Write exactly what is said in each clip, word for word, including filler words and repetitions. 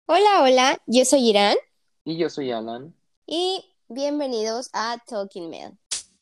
Hola, hola, yo soy Irán Y yo soy Alan. y bienvenidos a Talking Mail.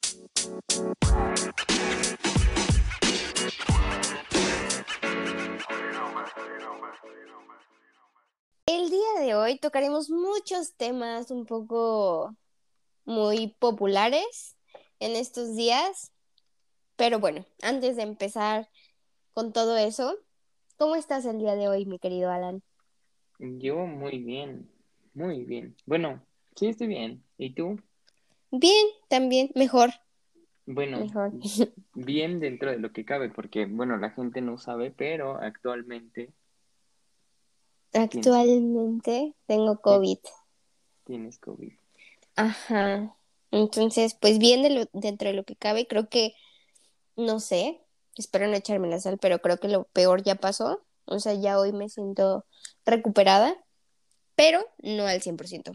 El día de hoy tocaremos muchos temas un poco muy populares en estos días, pero bueno, antes de empezar con todo eso, ¿cómo estás el día de hoy, mi querido Alan? Yo muy bien, muy bien. Bueno, sí estoy bien. ¿Y tú? Bien, también, mejor, Bueno, mejor. bien dentro de lo que cabe, porque bueno, la gente no sabe, pero actualmente tienes, Actualmente tengo ti- COVID. tienes COVID. Ajá. Entonces, pues bien de lo- dentro de lo que cabe, creo que no sé, espero no echarme la sal, pero creo que lo peor ya pasó. O sea, ya hoy me siento recuperada, pero no al cien por ciento.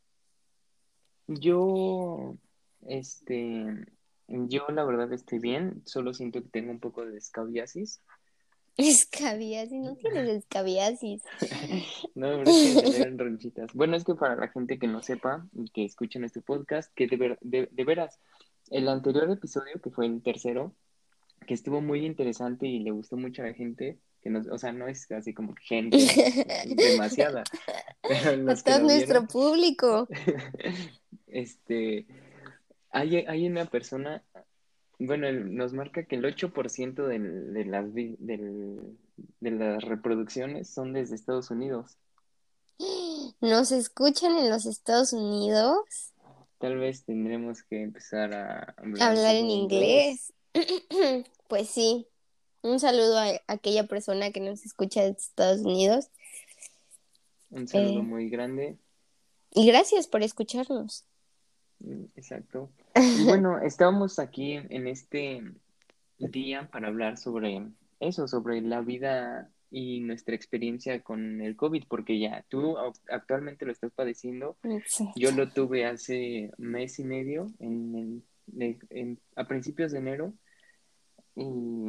Yo, este, yo la verdad estoy bien, solo siento que tengo un poco de escabiasis. Escabiasis, no tienes escabiasis. No, pero es que me salieron ronchitas. Bueno, es que para la gente que no sepa y que escuchen este podcast, que de, ver- de, de veras, el anterior episodio, que fue el tercero, que estuvo muy interesante y le gustó mucho a la gente, que nos, o sea, no es así como que gente, demasiada, pero A los que todo lo vieron, nuestro público. este, hay, hay una persona, bueno, el- nos marca que el ocho por ciento del- de las, vi- del- de las reproducciones son desde Estados Unidos. ¿Nos escuchan en los Estados Unidos? Tal vez tendremos que empezar a hablar un Hablar poco en de inglés. inglés. Pues sí, un saludo a aquella persona que nos escucha de Estados Unidos. Un saludo Eh, muy grande. y gracias por escucharnos. Mm, exacto. Y bueno, estábamos aquí en este día para hablar sobre eso, sobre la vida y nuestra experiencia con el COVID, porque ya tú au- actualmente lo estás padeciendo. Yo Exacto. lo tuve hace mes y medio, en, en- de- en- a principios de enero, y,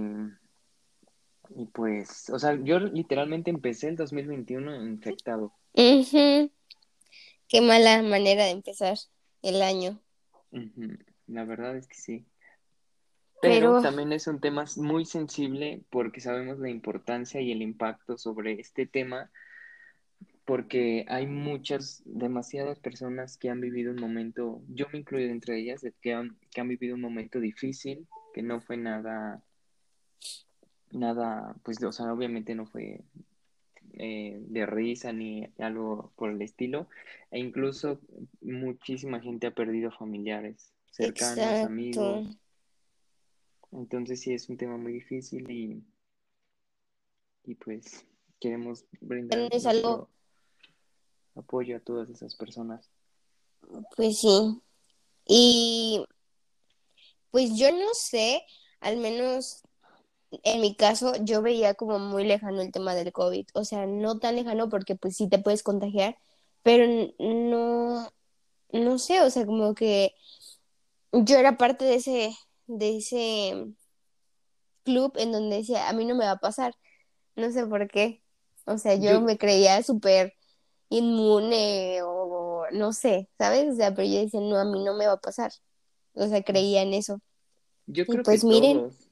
y pues, o sea, yo literalmente empecé el dos mil veintiuno infectado. Ujú. Qué mala manera de empezar el año. Ujú. La verdad es que sí. Pero Pero también es un tema muy sensible porque sabemos la importancia y el impacto sobre este tema, porque hay muchas, demasiadas personas que han vivido un momento, yo me incluyo entre ellas, de que han, que han vivido un momento difícil, que no fue nada, nada, pues, o sea, obviamente no fue eh, de risa ni algo por el estilo, e incluso muchísima gente ha perdido familiares cercanos, exacto. amigos. Entonces sí es un tema muy difícil y, y pues queremos Pero brindar es algo, nuestro apoyo a todas esas personas. pues sí. Y pues yo no sé, al menos en mi caso, yo veía como muy lejano el tema del COVID. O sea, no tan lejano porque pues sí te puedes contagiar, pero n- no, no sé, o sea, como que yo era parte de ese, de ese club en donde decía, a mí no me va a pasar. No sé por qué. O sea, yo Yo, me creía súper inmune o no sé, ¿sabes? O sea, pero yo decía, no, a mí no me va a pasar. O sea, creía en eso. yo Y creo que pues miren, todos,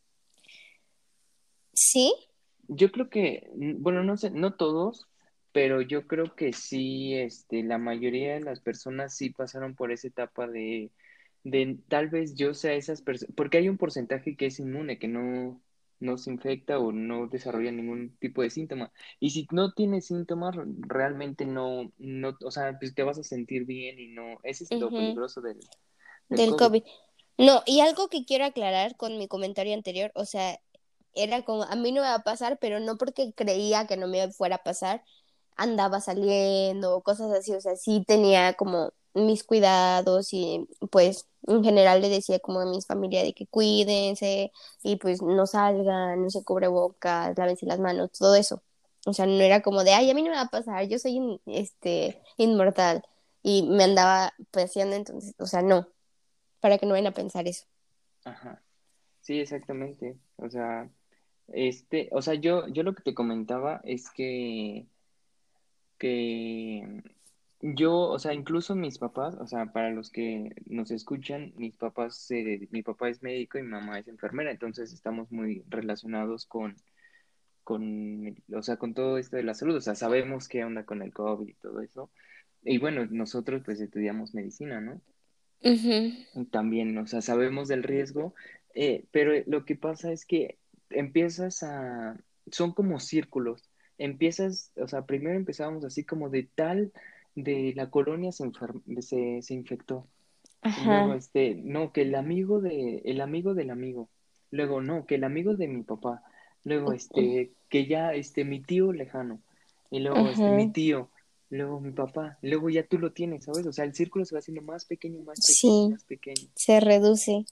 sí, yo creo que, mm, bueno, no sé, no todos, pero yo creo que sí, este, la mayoría de las personas sí pasaron por esa etapa de, de tal vez yo sea esas personas, porque hay un porcentaje que es inmune, que no, no se infecta o no desarrolla ningún tipo de síntoma. Y si no tienes síntomas, realmente no, no, o sea, pues te vas a sentir bien y no, ese es lo ujú, peligroso del, del del COVID. COVID. No, y algo que quiero aclarar con mi comentario anterior, o sea, era como, a mí no me va a pasar, pero no porque creía que no me fuera a pasar, andaba saliendo o cosas así, o sea, sí tenía como mis cuidados y pues en general le decía como a mis familia de que cuídense y pues no salgan, no se cubrebocas, lávense las manos, todo eso. O sea, no era como de, ay, a mí no me va a pasar, yo soy in- este inmortal y me andaba paseando, entonces, o sea, no, para que no vayan a pensar eso. Ajá. Sí, exactamente. O sea, este, o sea, yo, yo lo que te comentaba es que que yo, o sea, incluso mis papás, o sea, para los que nos escuchan, mis papás, se- mi papá es médico y mi mamá es enfermera, entonces estamos muy relacionados con, con, o sea, con todo esto de la salud, o sea, sabemos qué onda con el COVID y todo eso. Y bueno, nosotros pues estudiamos medicina, ¿no? Ujú. También, o sea, sabemos del riesgo, eh, pero lo que pasa es que empiezas a, son como círculos, empiezas, o sea, primero empezábamos así como de tal, de la colonia se, enfer- se, se infectó, luego Ajá, este, no, que el amigo de, el amigo del amigo, luego no, que el amigo de mi papá, luego este, que ya, este, mi tío lejano, y luego este, mi ajá, tío, luego mi papá, luego ya tú lo tienes, ¿sabes? O sea, el círculo se va haciendo más pequeño, más pequeño, sí, más pequeño. se reduce.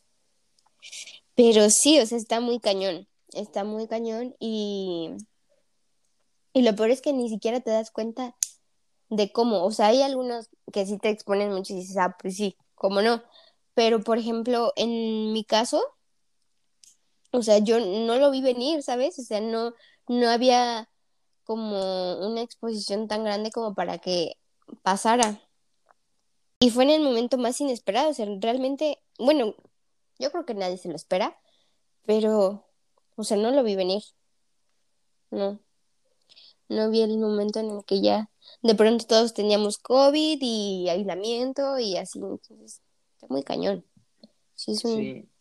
Pero sí, o sea, está muy cañón, está muy cañón y, y lo peor es que ni siquiera te das cuenta de cómo, o sea, hay algunos que sí te exponen mucho y dices, ah, pues sí, cómo no. Pero, por ejemplo, en mi caso, o sea, yo no lo vi venir, ¿sabes? O sea, no, no había como una exposición tan grande como para que pasara. Y fue en el momento más inesperado, o sea, realmente, bueno, yo creo que nadie se lo espera, pero, o sea, no lo vi venir, no, no vi el momento en el que ya de pronto todos teníamos COVID y aislamiento y así, entonces, está muy cañón. Sí, es un... Sí,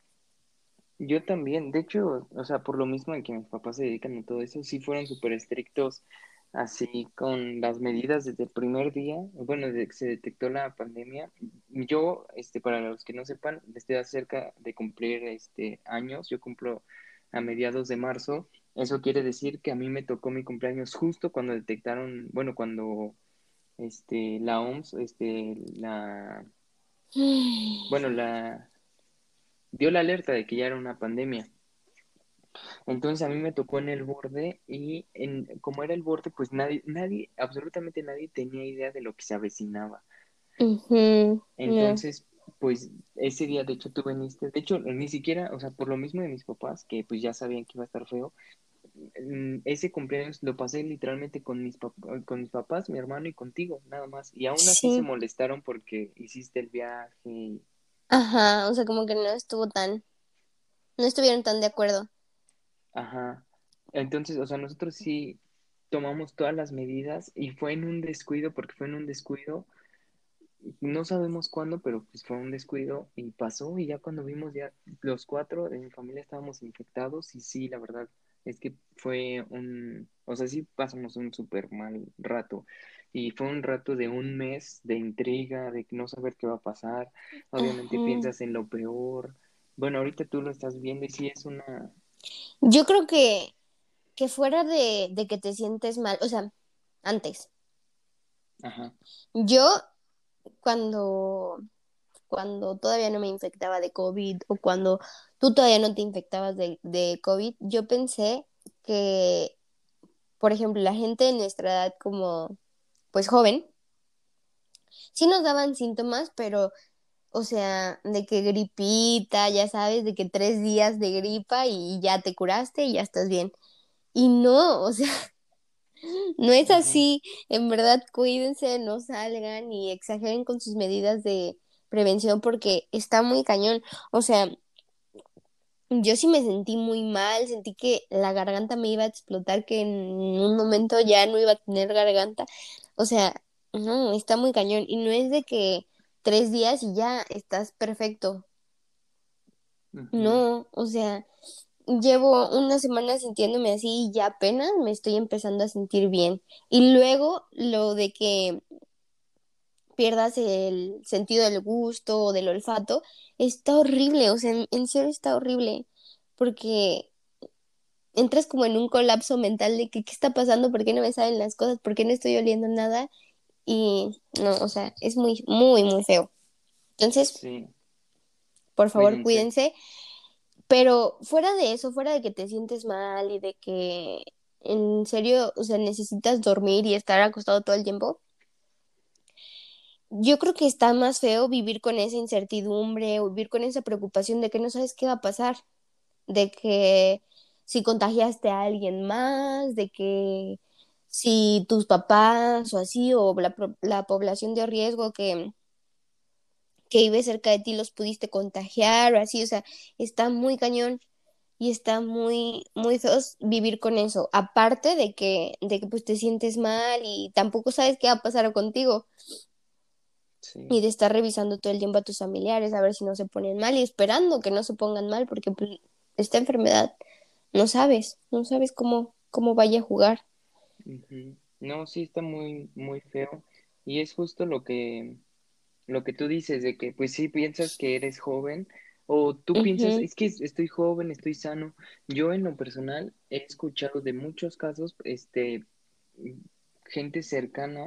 yo también, de hecho, o sea, por lo mismo de que mis papás se dedican a todo eso, sí fueron súper estrictos, así con las medidas desde el primer día, bueno, desde que se detectó la pandemia. Yo, este, para los que no sepan, estoy cerca de cumplir, este, años, yo cumplo a mediados de marzo, eso quiere decir que a mí me tocó mi cumpleaños justo cuando detectaron, bueno, cuando, este, la O M S, este, la, bueno, la, dio la alerta de que ya era una pandemia. Entonces a mí me tocó en el borde y en, como era el borde, pues nadie, nadie, absolutamente nadie tenía idea de lo que se avecinaba. Ujú, no, Entonces, pues ese día, de hecho, tú viniste, de hecho, ni siquiera, o sea, por lo mismo de mis papás, que pues ya sabían que iba a estar feo, mm, ese cumpleaños lo pasé literalmente con mis, pap- con mis papás, mi hermano y contigo, nada más. Y aún así se sí, molestaron porque hiciste el viaje. y- ajá, o sea, como que no estuvo tan, no estuvieron tan de acuerdo. Ajá. Entonces, o sea, nosotros sí tomamos todas las medidas y fue en un descuido, porque fue en un descuido. No sabemos cuándo, pero pues fue un descuido y pasó y ya cuando vimos ya los cuatro de mi familia estábamos infectados y sí, la verdad es que fue un, o sea, sí pasamos un súper mal rato y fue un rato de un mes de intriga, de no saber qué va a pasar, obviamente Ajá. piensas en lo peor, bueno, ahorita tú lo estás viendo y sí es una, Yo creo que, que fuera de, de que te sientes mal, o sea, antes, ajá, yo cuando, cuando todavía no me infectaba de COVID o cuando tú todavía no te infectabas de, de COVID, yo pensé que, por ejemplo, la gente de nuestra edad como, pues joven, sí nos daban síntomas, pero, o sea, de que gripita, ya sabes, de que tres días de gripa y ya te curaste y ya estás bien. Y no, o sea, no es ajá, así. En verdad, cuídense, no salgan y exageren con sus medidas de prevención porque está muy cañón. O sea, yo sí me sentí muy mal, sentí que la garganta me iba a explotar, que en un momento ya no iba a tener garganta. O sea, no, está muy cañón. Y no es de que tres días y ya estás perfecto. ujú, No, o sea, llevo una semana sintiéndome así y ya apenas me estoy empezando a sentir bien. Y luego lo de que pierdas el sentido del gusto o del olfato, está horrible, o sea, en, en serio está horrible, porque entras como en un colapso mental de que qué está pasando, por qué no me saben las cosas, por qué no estoy oliendo nada y no, o sea, es muy, muy, muy feo. Entonces, sí, por favor, cuídense. cuídense, pero fuera de eso, fuera de que te sientes mal y de que en serio, o sea, necesitas dormir y estar acostado todo el tiempo, yo creo que está más feo vivir con esa incertidumbre o vivir con esa preocupación de que no sabes qué va a pasar, de que si contagiaste a alguien más, de que si tus papás o así, o la, pro- la población de riesgo que, que vive cerca de ti los pudiste contagiar o así, o sea, está muy cañón y está muy, muy feo vivir con eso. Aparte de que, de que pues te sientes mal y tampoco sabes qué va a pasar contigo y Sí. de estar revisando todo el tiempo a tus familiares a ver si no se ponen mal y esperando que no se pongan mal porque pues esta enfermedad no sabes, no sabes cómo, cómo vaya a jugar. Ujú. No, sí está muy, muy feo. Y es justo lo que, lo que tú dices, de que pues sí piensas que eres joven, o tú piensas, Ujú, es que estoy joven, estoy sano. Yo en lo personal he escuchado de muchos casos, este, gente cercana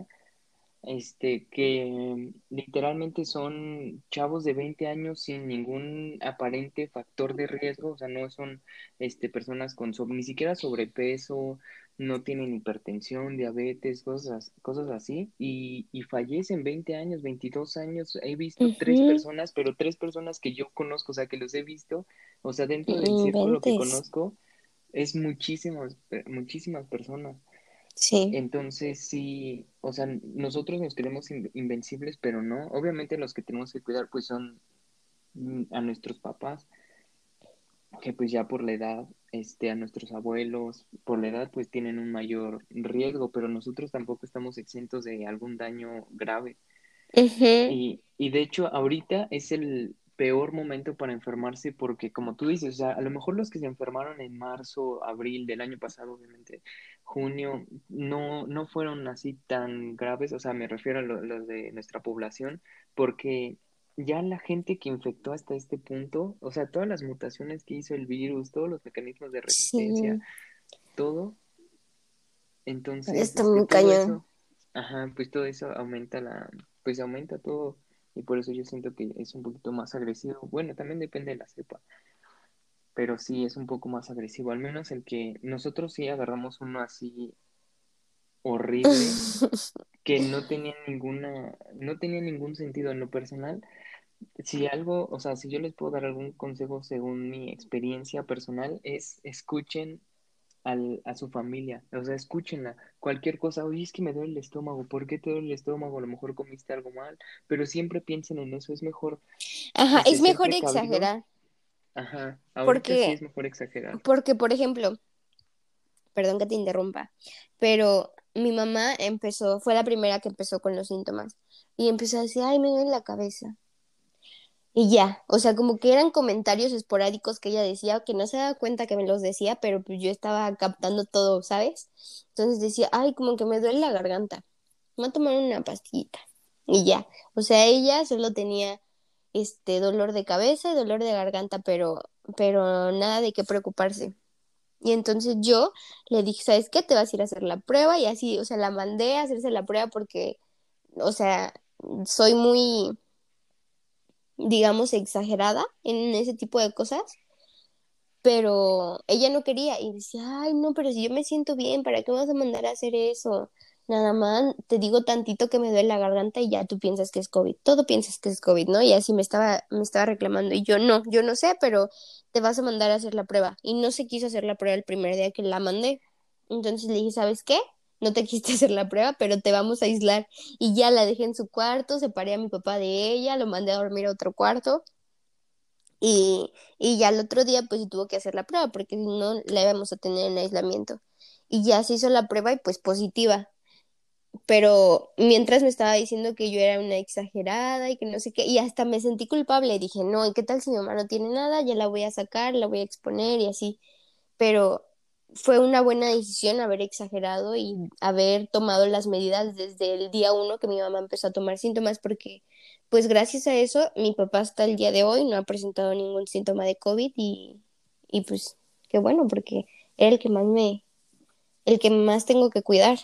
este, que literalmente son chavos de veinte años sin ningún aparente factor de riesgo, o sea, no son este, personas con so- ni siquiera sobrepeso, no tienen hipertensión, diabetes, cosas, cosas así, y, y fallecen veinte años, veintidós años. He visto tres ujú, personas, pero tres personas que yo conozco, o sea, que los he visto, o sea, dentro no del círculo que inventes. conozco, es muchísimas, muchísimas personas. Sí. Entonces, sí, o sea, nosotros nos creemos in- invencibles, pero no. Obviamente los que tenemos que cuidar pues son mm, a nuestros papás, que pues ya por la edad, este, a nuestros abuelos, por la edad pues tienen un mayor riesgo, pero nosotros tampoco estamos exentos de algún daño grave. Ujú, Y, y de hecho, ahorita es el peor momento para enfermarse porque, como tú dices, o sea, a lo mejor los que se enfermaron en marzo, abril del año pasado, obviamente, junio, no, no fueron así tan graves, o sea, me refiero a lo- los de nuestra población, porque ya la gente que infectó hasta este punto, o sea, todas las mutaciones que hizo el virus, todos los mecanismos de resistencia, sí, todo, entonces, está este, muy todo cañón. eso, ajá, pues todo eso aumenta la, pues aumenta todo, y por eso yo siento que es un poquito más agresivo. Bueno, también depende de la cepa, pero sí es un poco más agresivo, al menos el que nosotros sí agarramos uno así horrible, que no tenía ninguna, no tenía ningún sentido en lo personal. Si algo, o sea, si yo les puedo dar algún consejo según mi experiencia personal, es escuchen al, a su familia, o sea, escúchenla, cualquier cosa, oye, es que me duele el estómago, ¿por qué te duele el estómago? A lo mejor comiste algo mal, pero siempre piensen en eso, es mejor, Ajá, es este, ser mejor precavidos, exagerar, ajá, ahorita sí porque, es mejor exagerar. porque, por ejemplo, perdón que te interrumpa, pero mi mamá empezó, fue la primera que empezó con los síntomas y empezó a decir, ay, me duele la cabeza. Y ya, o sea, como que eran comentarios esporádicos que ella decía, que no se daba cuenta que me los decía, pero pues yo estaba captando todo, ¿sabes? Entonces decía, ay, como que me duele la garganta, me voy a tomar una pastillita. Y ya, o sea, ella solo tenía este dolor de cabeza y dolor de garganta, pero, pero nada de qué preocuparse. Y entonces yo le dije, ¿sabes qué? Te vas a ir a hacer la prueba y así, o sea, la mandé a hacerse la prueba porque, o sea, soy muy, digamos, exagerada en ese tipo de cosas, pero ella no quería y decía, ay, no, pero si yo me siento bien, ¿para qué me vas a mandar a hacer eso? Nada más te digo tantito que me duele la garganta y ya tú piensas que es COVID, todo piensas que es COVID, ¿no? Y así me estaba, me estaba reclamando y yo no, yo no sé, pero te vas a mandar a hacer la prueba. Y no se quiso hacer la prueba el primer día que la mandé. Entonces le dije, ¿sabes qué? No te quisiste hacer la prueba, pero te vamos a aislar. Y ya la dejé en su cuarto, separé a mi papá de ella, lo mandé a dormir a otro cuarto y, y ya el otro día pues sí tuvo que hacer la prueba porque si no la íbamos a tener en aislamiento. Y ya se hizo la prueba y pues positiva. Pero mientras me estaba diciendo que yo era una exagerada y que no sé qué, y hasta me sentí culpable. Dije, no, ¿y qué tal si mi mamá no tiene nada? Ya la voy a sacar, la voy a exponer y así. Pero fue una buena decisión haber exagerado y haber tomado las medidas desde el día uno que mi mamá empezó a tomar síntomas, porque pues gracias a eso mi papá hasta el día de hoy no ha presentado ningún síntoma de COVID y, y pues qué bueno, porque era el que más me, el que más tengo que cuidar.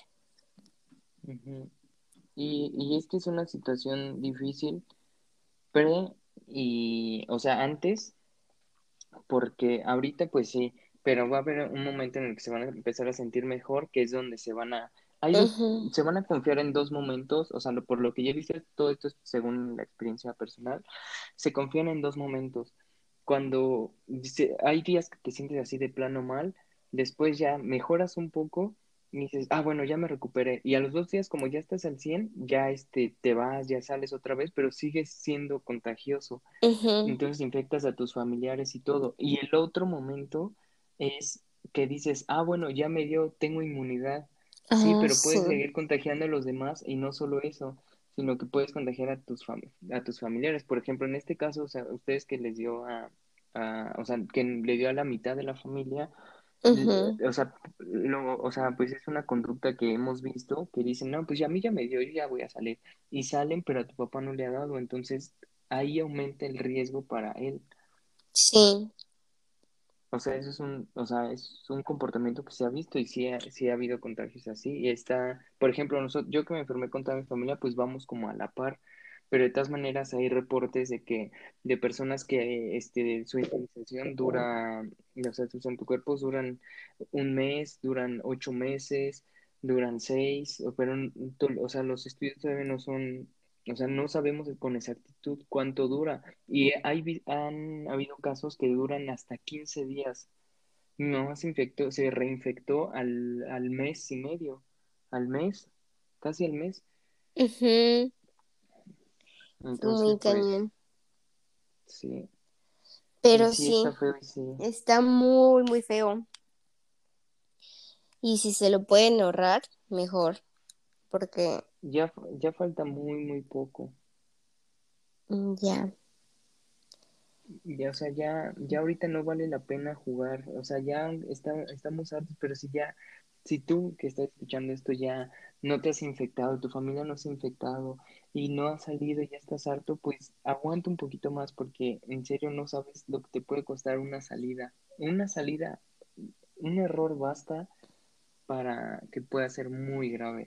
Ujú. Y, y es que es una situación difícil, pre y, o sea, antes, porque ahorita pues sí, pero va a haber un momento en el que se van a empezar a sentir mejor, que es donde se van a, hay dos, Ujú, se van a confiar en dos momentos, o sea, lo- por lo que ya he visto, todo esto es según la experiencia personal, se confían en dos momentos. Cuando dice- hay días que te sientes así de plano mal, después ya mejoras un poco y dices, ah, bueno, ya me recuperé. Y a los dos días, como ya estás al cien ya este, te vas, ya sales otra vez, pero sigues siendo contagioso. Ujú. Entonces infectas a tus familiares y todo. Y el otro momento es que dices, ah, bueno, ya me dio, tengo inmunidad. Sí, Ah, pero sí. puedes seguir contagiando a los demás y no solo eso, sino que puedes contagiar a tus fam- a tus familiares. Por ejemplo, en este caso, o sea, ustedes que les dio a, a- o sea, que le dio a la mitad de la familia, l- Ujú. o sea, lo, o sea, pues es una conducta que hemos visto que dicen, no, pues ya a mí ya me dio, yo ya voy a salir. Y salen, pero a tu papá no le ha dado, entonces ahí aumenta el riesgo para él. Sí. O sea, eso es un, o sea, es un comportamiento que se ha visto y sí ha, sí ha habido contagios así. Y está, por ejemplo, nosotros, yo que me enfermé con toda mi familia, pues vamos como a la par. Pero de todas maneras hay reportes de que, de personas que este, su inmunización dura, o sea, sus anticuerpos duran un mes, duran ocho meses, duran seis, o- pero, o sea, los estudios todavía no son, o sea, no sabemos con exactitud cuánto dura. Y hay, vi- han habido casos que duran hasta quince días. Mi mamá se infectó, se reinfectó al, al mes y medio, al mes, casi al mes. Ujú. Sí, Entonces, muy pues, cañón. sí, y Pero sí está sí, feo y sí, está muy, muy feo. Y si se lo pueden ahorrar, mejor. Porque ya, ya falta muy, muy poco. mm, ya. Ya, o sea, ya, ya ahorita no vale la pena jugar, o sea, ya está, estamos hartos, pero si ya, si tú que estás escuchando esto ya no te has infectado, tu familia no se ha infectado y no has salido y ya estás harto, pues aguanta un poquito más porque en serio no sabes lo que te puede costar una salida. Una salida, un error basta para que pueda ser muy grave.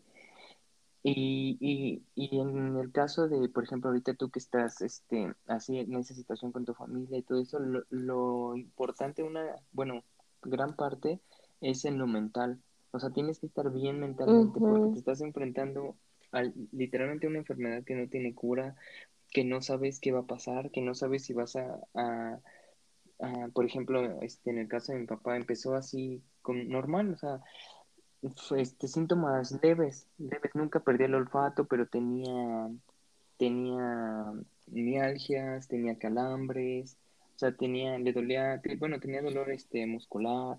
Y, y, y en el caso de, por ejemplo, ahorita tú que estás este, así en esa situación con tu familia y todo eso, lo, lo importante, una, bueno, gran parte es en lo mental. O sea, tienes que estar bien mentalmente porque Ujú. te estás enfrentando a literalmente una enfermedad que no tiene cura, que no sabes qué va a pasar, que no sabes si vas a, a, a, por ejemplo, este, en el caso de mi papá, empezó así con normal, o sea, fue, este, síntomas leves, leves, nunca perdí el olfato, pero tenía, tenía mialgias, tenía calambres, o sea, tenía, le dolía, te- bueno, tenía dolor este muscular,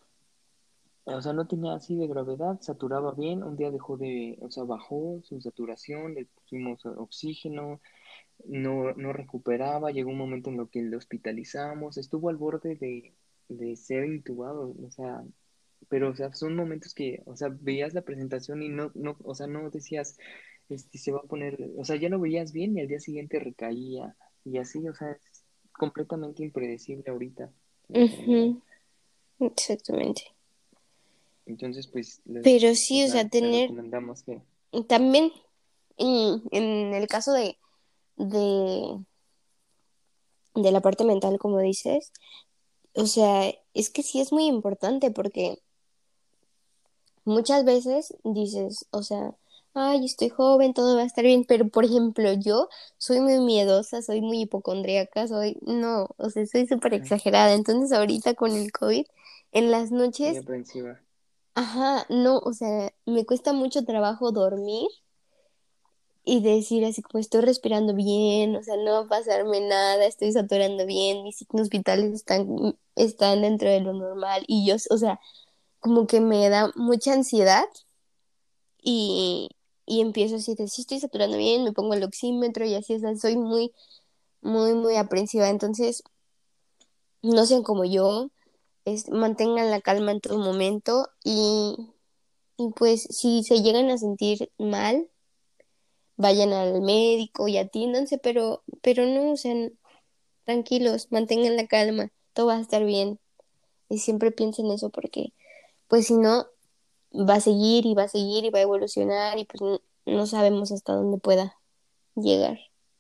o sea, no tenía así de gravedad, saturaba bien, un día dejó de, o sea, bajó su saturación, le pusimos oxígeno, no, no recuperaba, llegó un momento en lo que le hospitalizamos, estuvo al borde de, de ser intubado, o sea, pero, o sea, son momentos que, o sea, veías la presentación y no, no, o sea, no decías, este, se va a poner, o sea, ya lo veías bien y al día siguiente recaía y así, o sea, es completamente impredecible ahorita la enfermedad. Ujú. Exactamente. Entonces, pues, les, Pero o sí, o sea, sea, te tener recomendamos que, también en, en el caso de, de, de la parte mental, como dices, o sea, es que sí es muy importante porque muchas veces dices, o sea, ay, estoy joven, todo va a estar bien, pero por ejemplo, yo soy muy miedosa, soy muy hipocondríaca, soy, no, o sea, soy súper ajá, exagerada. Entonces, ahorita con el COVID, en las muy noches, aprensiva. ajá, no, o sea, me cuesta mucho trabajo dormir y decir así como estoy respirando bien, o sea, no va a pasarme nada, estoy saturando bien, mis signos vitales están, están dentro de lo normal y yo, o sea, como que me da mucha ansiedad y, y empiezo así de, sí estoy saturando bien, me pongo el oxímetro y así, o sea, soy muy, muy, muy aprensiva. Entonces, no sean como yo, es, mantengan la calma en todo momento y, y pues si se llegan a sentir mal, vayan al médico y atiéndanse, pero, pero no, o sea, tranquilos, mantengan la calma, todo va a estar bien. Y siempre piensen eso porque, pues si no, va a seguir y va a seguir y va a evolucionar y pues no, no sabemos hasta dónde pueda llegar.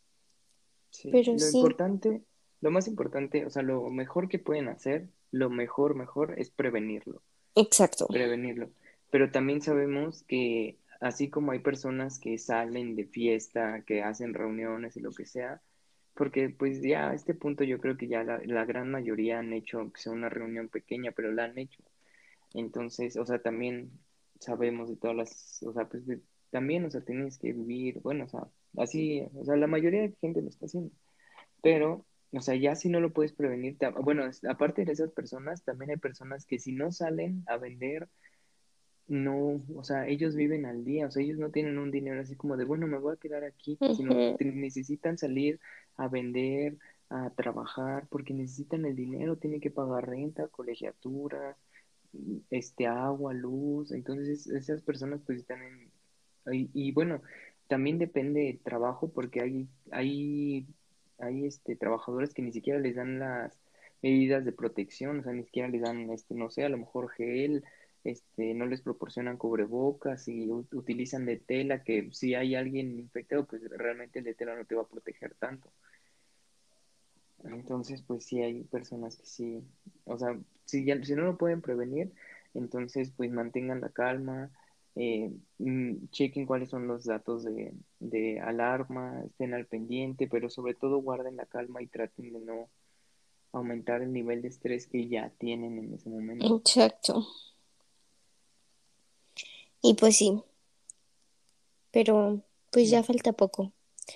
Sí, Pero lo sí, importante, lo más importante, o sea, lo mejor que pueden hacer, lo mejor, mejor es prevenirlo. exacto. Prevenirlo. Pero también sabemos que así como hay personas que salen de fiesta, que hacen reuniones y lo que sea, porque pues ya a este punto yo creo que ya la, la gran mayoría han hecho que sea una reunión pequeña, pero la han hecho. Entonces, o sea, también sabemos de todas las, o sea, pues de- también, o sea, tienes que vivir, bueno, o sea, así, o sea, la mayoría de gente lo está haciendo, pero, o sea, ya si no lo puedes prevenir, ta- bueno, es- aparte de esas personas, también hay personas que si no salen a vender, no, o sea, ellos viven al día, o sea, ellos no tienen un dinero así como de, bueno, me voy a quedar aquí, sino Ujú. te- necesitan salir a vender, a trabajar, porque necesitan el dinero, tienen que pagar renta, colegiaturas, mm, este, agua, luz, entonces esas personas pues están en, y, y bueno, también depende del trabajo, porque hay, hay, hay este, trabajadores que ni siquiera les dan las medidas de protección, o sea, ni siquiera les dan, este, no sé, a lo mejor gel, este, no les proporcionan cubrebocas y u- utilizan de tela, que si hay alguien infectado, pues realmente el de tela no te va a proteger tanto. Entonces, pues sí hay personas que sí, o sea, si, ya, si no lo pueden prevenir, entonces pues mantengan la calma, eh, mm, chequen cuáles son los datos de, de alarma, estén al pendiente, pero sobre todo guarden la calma y traten de no aumentar el nivel de estrés que ya tienen en ese momento. Exacto. Y pues sí, pero pues ya falta poco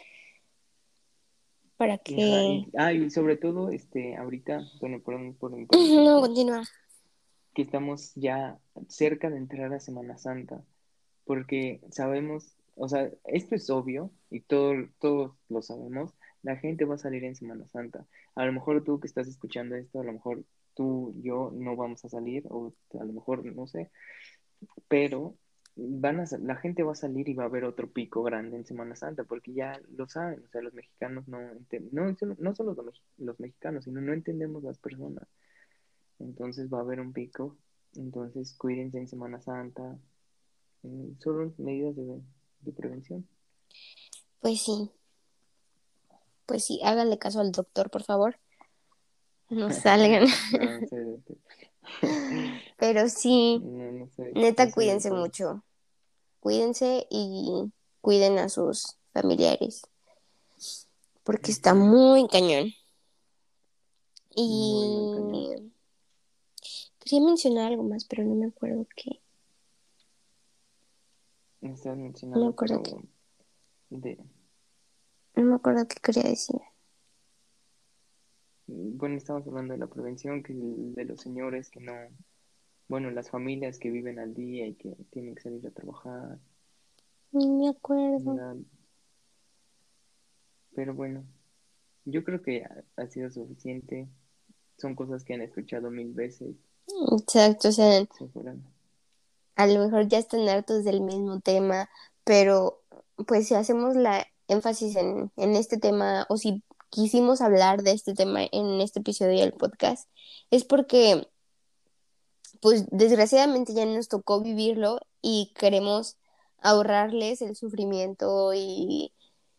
para Y, ajá, que... y, ah, y sobre todo, este, ahorita, bueno, perdón por No, interrumpirte, continúa. que estamos ya cerca de entrar a Semana Santa, porque sabemos, o sea, esto es obvio y todo, todos lo sabemos, la gente va a salir en Semana Santa. A lo mejor tú que estás escuchando esto, a lo mejor tú, yo no vamos a salir, o a lo mejor, no sé, pero van a, sa- la gente va a salir y va a haber otro pico grande en Semana Santa, porque ya lo saben, o sea, los mexicanos no enten- no, solo- no solo los, mex- los mexicanos, sino no entendemos las personas. Entonces va a haber un pico, entonces cuídense en Semana Santa, eh, solo medidas de, de prevención. Pues sí, pues sí, háganle caso al doctor, por favor. No salgan. No, no sé, Pero sí, no, no sé, no neta, soy cuídense doctor. mucho. Cuídense y cuiden a sus familiares, porque está Ujú. muy cañón. Muy, muy cañón. Y quería mencionar algo más, pero no me acuerdo qué. Me estás No me mencionando, acuerdo qué. pero de, No me acuerdo qué quería decir. bueno, estamos hablando de la prevención, que de los señores que no, bueno, las familias que viven al día y que tienen que salir a trabajar, No me acuerdo. ¿verdad? Pero bueno, yo creo que ha, ha sido suficiente. Son cosas que han escuchado mil veces, Exacto, o sea, seguramente. a lo mejor ya están hartos del mismo tema, pero pues si hacemos la énfasis en, en este tema o si quisimos hablar de este tema en este episodio del podcast, es porque pues desgraciadamente ya nos tocó vivirlo y queremos ahorrarles el sufrimiento y,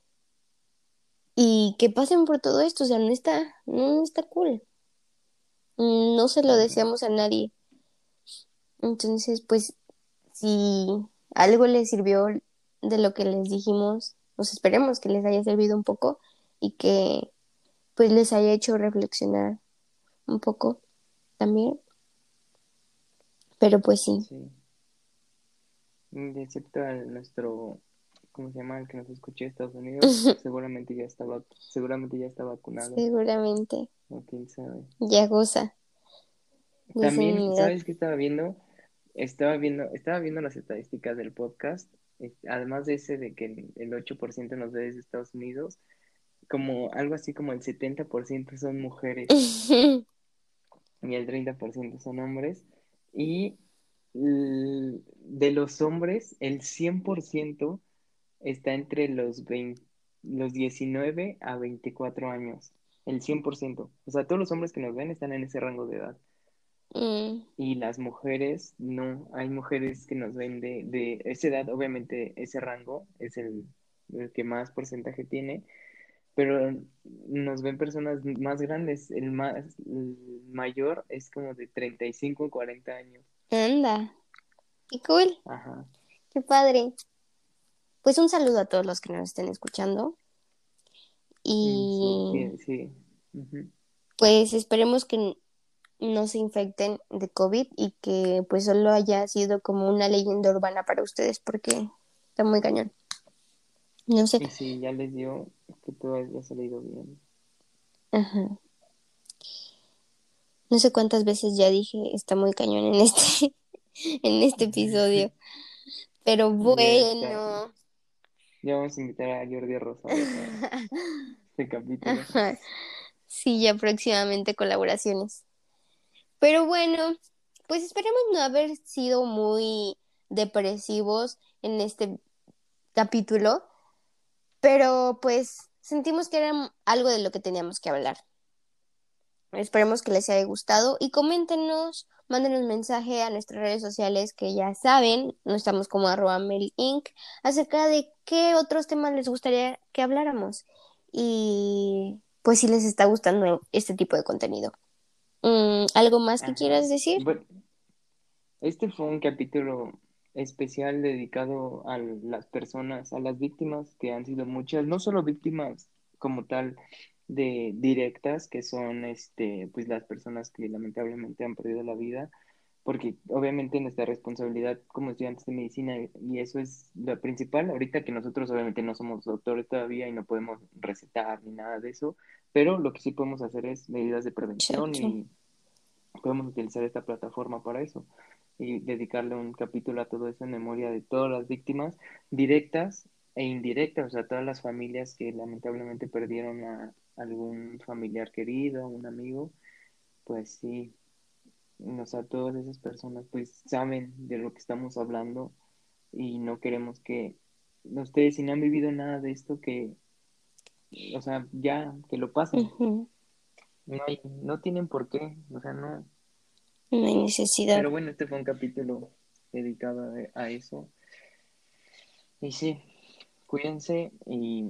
y que pasen por todo esto, o sea, no está, no está cool, no se lo Ujú. deseamos a nadie. Entonces, pues si algo les sirvió de lo que les dijimos, pues esperemos que les haya servido un poco y que pues les haya hecho reflexionar un poco también, pero pues sí. Sí. Mm, excepto a nuestro, ¿cómo se llama? El que nos escuché de Estados Unidos, seguramente ya está, vac- seguramente ya está vacunado, Seguramente o quién sabe. ya goza de esa También, inmunidad. ¿sabes qué estaba viendo? Estaba viendo, estaba viendo las estadísticas del podcast, eh, además de ese de que el el ocho por ciento nos ve desde Estados Unidos, como algo así como el setenta por ciento son mujeres y el treinta por ciento son hombres, y l- de los hombres, el cien por ciento está entre los veinte los diecinueve a veinticuatro años, el cien por ciento. O sea, todos los hombres que nos ven están en ese rango de edad. Mm, Y las mujeres, no, hay mujeres que nos ven de, de esa edad, obviamente ese rango es el, el que más porcentaje tiene, pero nos ven personas más grandes, el más, el mayor es como de treinta y cinco cuarenta años. anda, qué cool, Ajá. qué padre. Pues un saludo a todos los que nos estén escuchando Mm, sí, y sí, sí. Ujú. pues esperemos que no se infecten de COVID y que pues solo haya sido como una leyenda urbana para ustedes porque está muy cañón. No sé, Y si ya les dio, que todo haya salido bien. ajá. No sé cuántas veces ya dije está muy cañón en este, en este episodio, pero Ya está. bueno. Ya vamos a invitar a Jordi Rosado para este capítulo. Ajá. Sí, ya próximamente colaboraciones. Pero bueno, pues esperemos no haber sido muy depresivos en este capítulo, pero pues sentimos que era algo de lo que teníamos que hablar. Esperemos que les haya gustado y coméntenos, mándenos un mensaje a nuestras redes sociales que ya saben, no estamos como arroba mail.inc, acerca de qué otros temas les gustaría que habláramos y pues si les está gustando este tipo de contenido. Mm, ¿algo más que Ajá. quieras decir? Bueno, este fue un capítulo especial dedicado a las personas, a las víctimas, que han sido muchas, no solo víctimas como tal de directas, que son este, pues las personas que lamentablemente han perdido la vida, porque obviamente nuestra responsabilidad como estudiantes de medicina, y eso es lo principal, ahorita que nosotros obviamente no somos doctores todavía y no podemos recetar ni nada de eso, pero lo que sí podemos hacer es medidas de prevención Exacto. y podemos utilizar esta plataforma para eso y dedicarle un capítulo a todo eso en memoria de todas las víctimas directas e indirectas, o sea, todas las familias que lamentablemente perdieron a algún familiar querido, un amigo, pues sí, o sea, todas esas personas pues saben de lo que estamos hablando y no queremos que ustedes si no han vivido nada de esto que, o sea, ya que lo pasen. Ujú. No hay, no tienen por qué, o sea, no. No hay necesidad. Pero bueno, este fue un capítulo dedicado a, a eso. Y sí, cuídense y,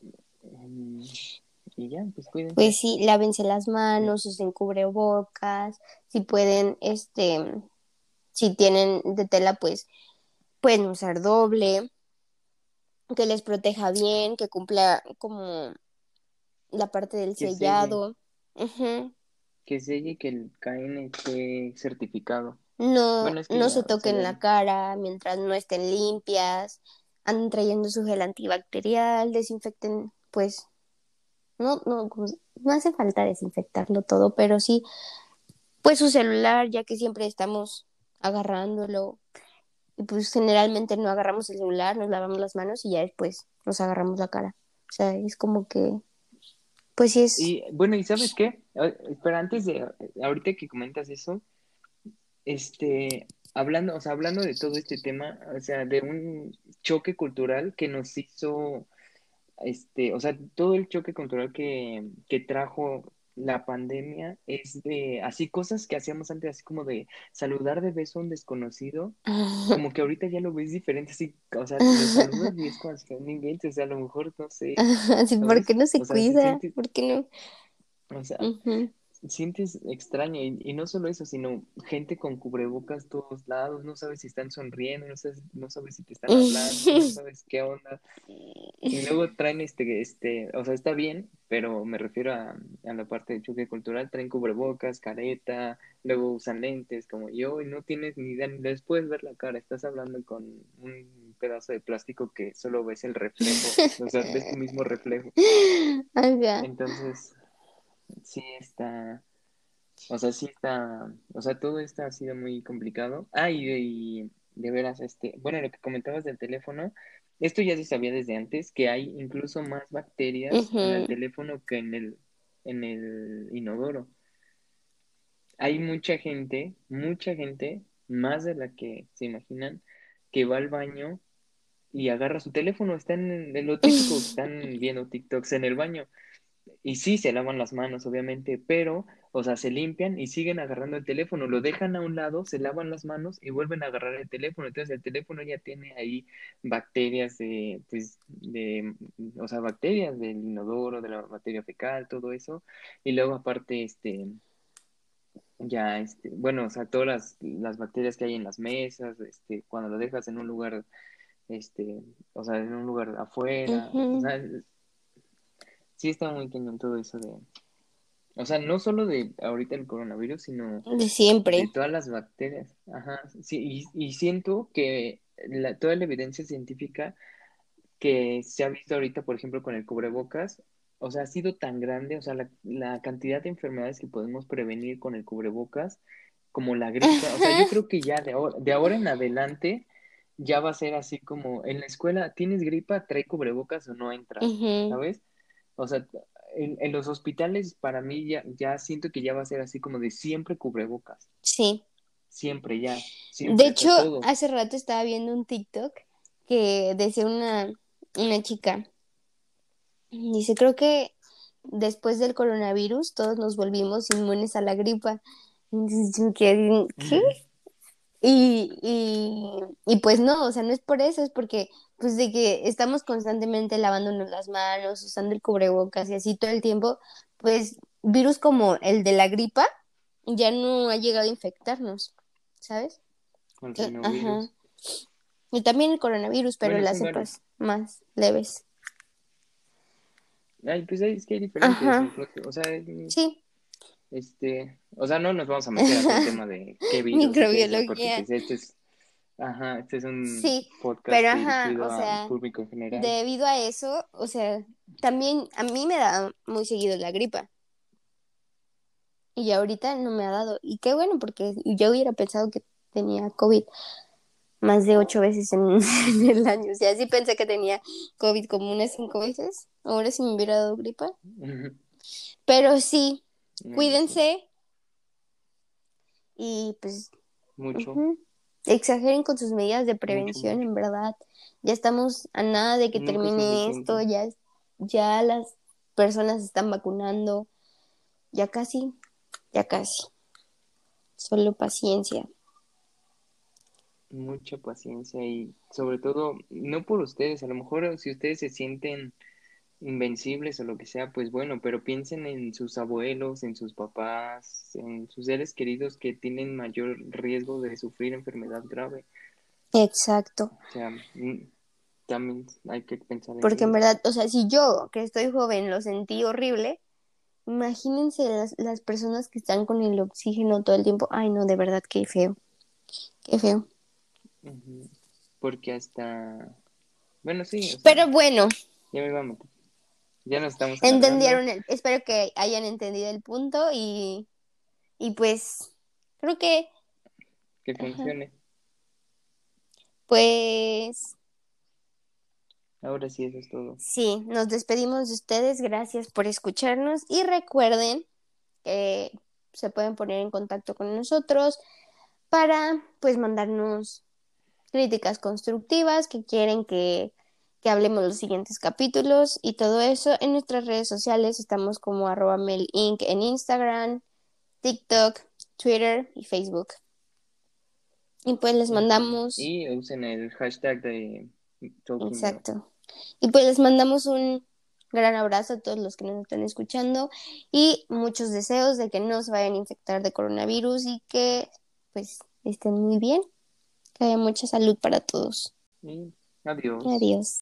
y, y ya, pues cuídense. Pues sí, lávense las manos, usen cubrebocas, si pueden, este, si tienen de tela, pues pueden usar doble, que les proteja bien, que cumpla como la parte del Que selle, sellado. Ujú. que selle que el K N esté certificado. No, Bueno, es que no ya se toquen sale. la cara mientras no estén limpias, anden trayendo su gel antibacterial, desinfecten, pues, no, no, como- no hace falta desinfectarlo todo, pero sí, pues su celular, ya que siempre estamos agarrándolo, y pues generalmente no agarramos el celular, nos lavamos las manos y ya después nos agarramos la cara. O sea, es como que, pues sí es. Y bueno, ¿y sabes qué? A- Espera, antes de, ahorita que comentas eso, este, hablando, o sea, hablando de todo este tema, o sea, de un choque cultural que nos hizo este, o sea, todo el choque cultural que, que trajo la pandemia es de así cosas que hacíamos antes, así como de saludar de beso a un desconocido, como que ahorita ya lo ves diferente, así, o sea, lo saludas y es como si fuera un invento, o sea, a lo mejor, no sé, Así, ¿por qué ¿sabes? no se O sea, se cuida? siente, ¿Por qué no? o sea, Ujú. sientes extraño y, y no solo eso, sino gente con cubrebocas todos lados, no sabes si están sonriendo, no sabes, no sabes si te están hablando, no sabes qué onda. Y luego traen este, este, o sea, está bien, pero me refiero a, a la parte de choque cultural, traen cubrebocas, careta, luego usan lentes como yo, y no tienes ni idea, ni les puedes ver la cara, estás hablando con un pedazo de plástico que solo ves el reflejo, o sea, ves tu mismo reflejo. Ajá. Entonces, sí está, o sea, sí está, o sea, todo esto ha sido muy complicado. Ah, y, y de veras, este, bueno, lo que comentabas del teléfono, esto ya se sabía desde antes, que hay incluso más bacterias en el Ujú. teléfono que en el, en el inodoro. Hay mucha gente, mucha gente, más de la que se imaginan, que va al baño y agarra su teléfono, están en, en lo típico, que están viendo TikToks en el baño. Y sí, se lavan las manos, obviamente, pero, o sea, se limpian y siguen agarrando el teléfono, lo dejan a un lado, se lavan las manos y vuelven a agarrar el teléfono. Entonces, el teléfono ya tiene ahí bacterias de, pues, de, o sea, bacterias del inodoro, de la materia fecal, todo eso. Y luego, aparte, este, ya, este, bueno, o sea, todas las, las bacterias que hay en las mesas, este, cuando lo dejas en un lugar, este, o sea, en un lugar afuera, o Ujú. sea, sí está muy cañón todo eso de O sea, no solo de ahorita el coronavirus, sino de de siempre. todas las bacterias. Ajá, sí, y, y siento que la, toda la evidencia científica que se ha visto ahorita, por ejemplo, con el cubrebocas, o sea, ha sido tan grande, o sea, la, la cantidad de enfermedades que podemos prevenir con el cubrebocas, como la gripa, o sea, yo creo que ya de ahora, de ahora en adelante ya va a ser así como en la escuela, ¿tienes gripa? Trae cubrebocas o no entras, Ujú, ¿sabes? O sea, en, en los hospitales para mí ya, ya siento que ya va a ser así como de siempre cubrebocas, sí. siempre ya, De siempre, o sea, hecho, todo. hace rato estaba viendo un TikTok que decía una, una chica, dice, creo que después del coronavirus todos nos volvimos inmunes a la gripa. Entonces yo quedé, ¿qué? Y, y, y pues no, o sea, no es por eso, es porque pues de que estamos constantemente lavándonos las manos, usando el cubrebocas y así todo el tiempo, pues virus como el de la gripa ya no ha llegado a infectarnos, ¿sabes? Con el Entonces, ajá. rinovirus. Y también el coronavirus, pero Bueno, las sí, varios. cepas más leves. Ay, pues es que hay diferentes, Ajá, incluso, o sea, mm, sí. este, o sea, no nos vamos a meter a todo el tema de qué virus y qué eso, porque Microbiología. pues este es, ajá, este es un Sí, podcast pero ajá, o dirigido a sea, público en general. debido a eso, o sea, también a mí me da muy seguido la gripa y ahorita no me ha dado. Y qué bueno, porque yo hubiera pensado que tenía COVID más de ocho veces en, en Ujú, el año. O sea, sí pensé que tenía COVID como unas cinco veces. Ahora sí me hubiera dado gripa. ujú. Pero sí, No, yo sí, cuídense y pues mucho, ujú, exageren con sus medidas de mucho, prevención, mucho. en verdad. Ya estamos a nada de que Nunca es termine esto, suficiente, ya, ya las personas se están vacunando, ya casi, ya casi. Solo paciencia. mucha paciencia y sobre todo, no por ustedes, a lo mejor si ustedes se sienten invencibles o lo que sea, pues bueno, pero piensen en sus abuelos, en sus papás, en sus seres queridos que tienen mayor riesgo de sufrir enfermedad grave. Exacto. O sea, mm, también hay que pensar en Porque en ellos. verdad, o sea, si yo, que estoy joven, lo sentí horrible, imagínense las, las personas que están con el oxígeno todo el tiempo. Ay, no, de verdad, qué feo, qué feo. Ujú. Porque hasta, bueno, sí, o sea, Pero bueno, ya me vamos, ya nos estamos alargando, entendieron el, espero que hayan entendido el punto y, y pues creo que, que ajá, funcione. pues Ahora sí, eso es todo. sí, nos despedimos de ustedes, gracias por escucharnos y recuerden que se pueden poner en contacto con nosotros para pues mandarnos críticas constructivas que quieren que, que hablemos los siguientes capítulos y todo eso. En nuestras redes sociales estamos como arroba melinc en Instagram, TikTok, Twitter y Facebook. Y pues les Ujú. mandamos, Y usen el hashtag de Talking Bro. exacto. Y pues les mandamos un gran abrazo a todos los que nos están escuchando y muchos deseos de que no se vayan a infectar de coronavirus y que pues estén muy bien, que haya mucha salud para todos. Y adiós. Adiós.